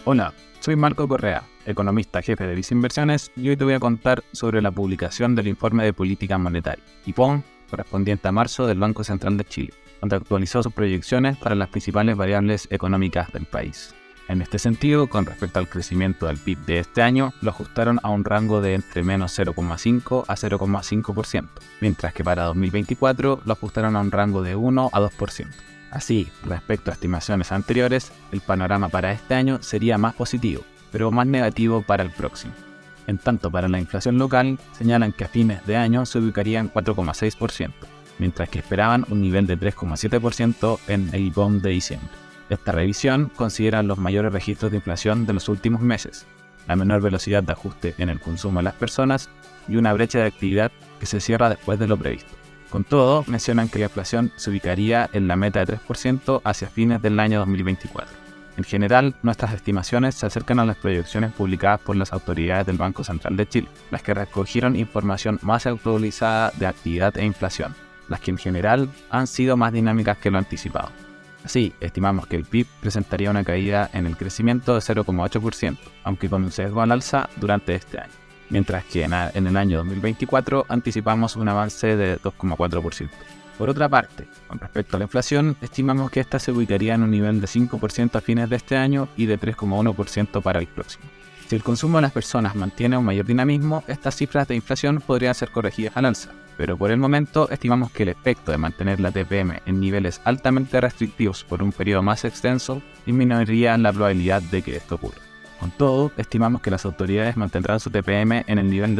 Hola, soy Marco Correa, economista jefe de Vice Inversiones, y hoy te voy a contar sobre la publicación del informe de política monetaria, IPOM, correspondiente a marzo del Banco Central de Chile, donde actualizó sus proyecciones para las principales variables económicas del país. En este sentido, con respecto al crecimiento del PIB de este año, lo ajustaron a un rango de entre menos 0,5 a 0,5%, mientras que para 2024 lo ajustaron a un rango de 1 a 2%. Así, respecto a estimaciones anteriores, el panorama para este año sería más positivo, pero más negativo para el próximo. En tanto, para la inflación local, señalan que a fines de año se ubicaría en 4,6%, mientras que esperaban un nivel de 3,7% en el IPOM de diciembre. Esta revisión considera los mayores registros de inflación de los últimos meses, la menor velocidad de ajuste en el consumo de las personas y una brecha de actividad que se cierra después de lo previsto. Con todo, mencionan que la inflación se ubicaría en la meta de 3% hacia fines del año 2024. En general, nuestras estimaciones se acercan a las proyecciones publicadas por las autoridades del Banco Central de Chile, las que recogieron información más actualizada de actividad e inflación, las que en general han sido más dinámicas que lo anticipado. Así, estimamos que el PIB presentaría una caída en el crecimiento de 0,8%, aunque con un sesgo al alza durante este año, mientras que en el año 2024 anticipamos un avance de 2,4%. Por otra parte, con respecto a la inflación, estimamos que esta se ubicaría en un nivel de 5% a fines de este año y de 3,1% para el próximo. Si el consumo de las personas mantiene un mayor dinamismo, estas cifras de inflación podrían ser corregidas al alza, pero por el momento estimamos que el efecto de mantener la TPM en niveles altamente restrictivos por un periodo más extenso disminuiría la probabilidad de que esto ocurra. Con todo, estimamos que las autoridades mantendrán su TPM en el nivel de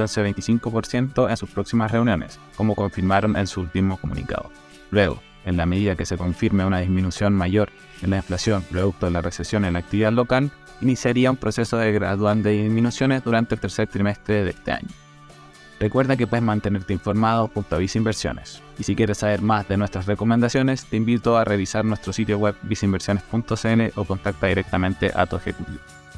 11,25% en sus próximas reuniones, como confirmaron en su último comunicado. Luego, en la medida que se confirme una disminución mayor en la inflación producto de la recesión en la actividad local, iniciaría un proceso de gradual de disminuciones durante el tercer trimestre de este año. Recuerda que puedes mantenerte informado junto a Vice Inversiones. Y si quieres saber más de nuestras recomendaciones, te invito a revisar nuestro sitio web viceinversiones.cl o contacta directamente a tu ejecutivo.